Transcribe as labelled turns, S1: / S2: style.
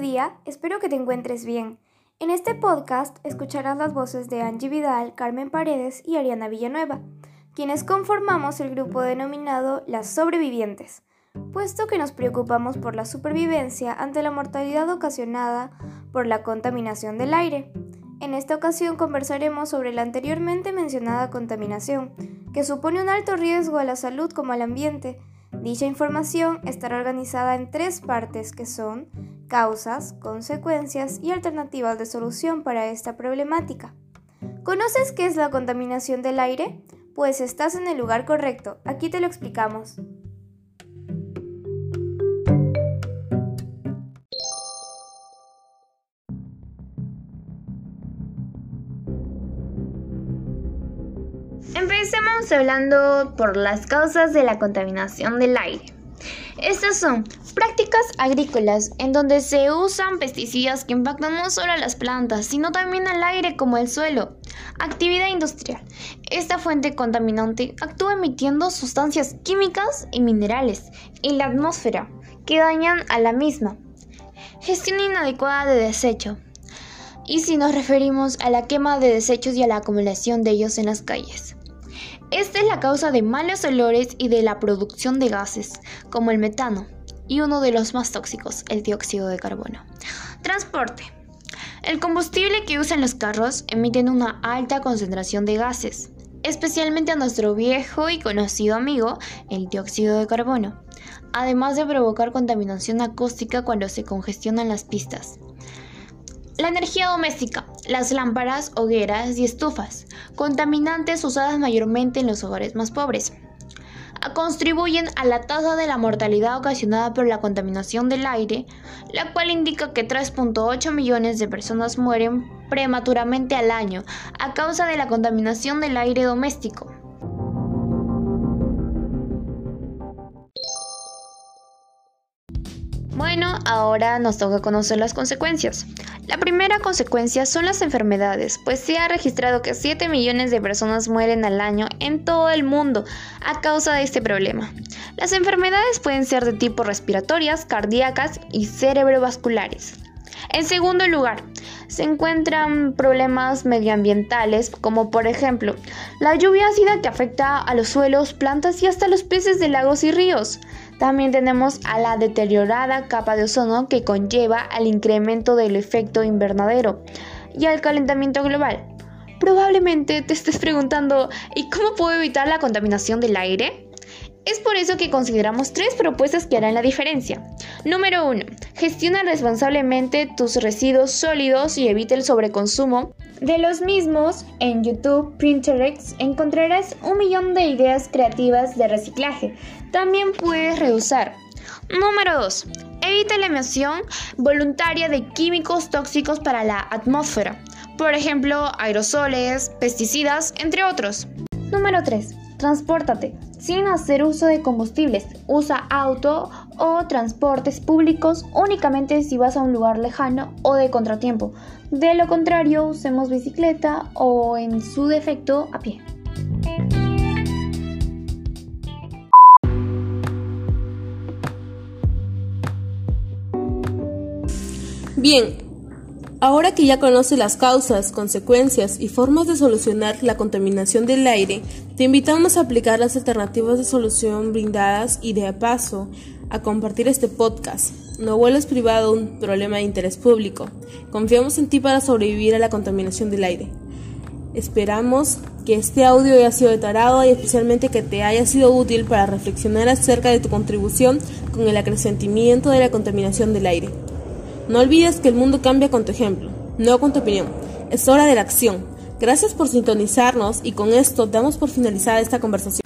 S1: día, espero que te encuentres bien. En este podcast escucharás las voces de Angie Vidal, Carmen Paredes y Ariana Villanueva, quienes conformamos el grupo denominado Las Sobrevivientes, puesto que nos preocupamos por la supervivencia ante la mortalidad ocasionada por la contaminación del aire. En esta ocasión conversaremos sobre la anteriormente mencionada contaminación, que supone un alto riesgo a la salud como al ambiente. Dicha información estará organizada en 3 partes que son causas, consecuencias y alternativas de solución para esta problemática. ¿Conoces qué es la contaminación del aire? Pues estás en el lugar correcto, aquí te lo explicamos.
S2: Empecemos hablando por las causas de la contaminación del aire. Estas son prácticas agrícolas en donde se usan pesticidas que impactan no solo a las plantas, sino también al aire como el suelo. Actividad industrial. Esta fuente contaminante actúa emitiendo sustancias químicas y minerales en la atmósfera que dañan a la misma. Gestión inadecuada de desecho. Y si nos referimos a la quema de desechos y a la acumulación de ellos en las calles. Esta es la causa de malos olores y de la producción de gases, como el metano, y uno de los más tóxicos, el dióxido de carbono. Transporte. El combustible que usan los carros emiten una alta concentración de gases, especialmente a nuestro viejo y conocido amigo, el dióxido de carbono, además de provocar contaminación acústica cuando se congestionan las pistas. La energía doméstica, las lámparas, hogueras y estufas, contaminantes usadas mayormente en los hogares más pobres, contribuyen a la tasa de la mortalidad ocasionada por la contaminación del aire, la cual indica que 3.8 millones de personas mueren prematuramente al año a causa de la contaminación del aire doméstico. Bueno, ahora nos toca conocer las consecuencias. La primera consecuencia son las enfermedades, pues se ha registrado que 7 millones de personas mueren al año en todo el mundo a causa de este problema. Las enfermedades pueden ser de tipo respiratorias, cardíacas y cerebrovasculares. En segundo lugar, se encuentran problemas medioambientales como por ejemplo la lluvia ácida que afecta a los suelos, plantas y hasta los peces de lagos y ríos. También tenemos a la deteriorada capa de ozono que conlleva al incremento del efecto invernadero y al calentamiento global. Probablemente te estés preguntando, ¿y cómo puedo evitar la contaminación del aire? Es por eso que consideramos 3 propuestas que harán la diferencia. Número 1. Gestiona responsablemente tus residuos sólidos y evita el sobreconsumo de los mismos. En YouTube, Pinterest encontrarás 1 millón de ideas creativas de reciclaje. También puedes reusar. Número 2. Evita la emisión voluntaria de químicos tóxicos para la atmósfera. Por ejemplo, aerosoles, pesticidas, entre otros. Número 3. Transpórtate sin hacer uso de combustibles. Usa auto o transportes públicos únicamente si vas a un lugar lejano o de contratiempo. De lo contrario, usemos bicicleta o, en su defecto, a pie.
S3: Bien, ahora que ya conoces las causas, consecuencias y formas de solucionar la contaminación del aire, te invitamos a aplicar las alternativas de solución brindadas y de paso a compartir este podcast. No vuelvas privado un problema de interés público. Confiamos en ti para sobrevivir a la contaminación del aire. Esperamos que este audio haya sido de tu agrado y especialmente que te haya sido útil para reflexionar acerca de tu contribución con el acrecentamiento de la contaminación del aire. No olvides que el mundo cambia con tu ejemplo, no con tu opinión. Es hora de la acción. Gracias por sintonizarnos y con esto damos por finalizada esta conversación.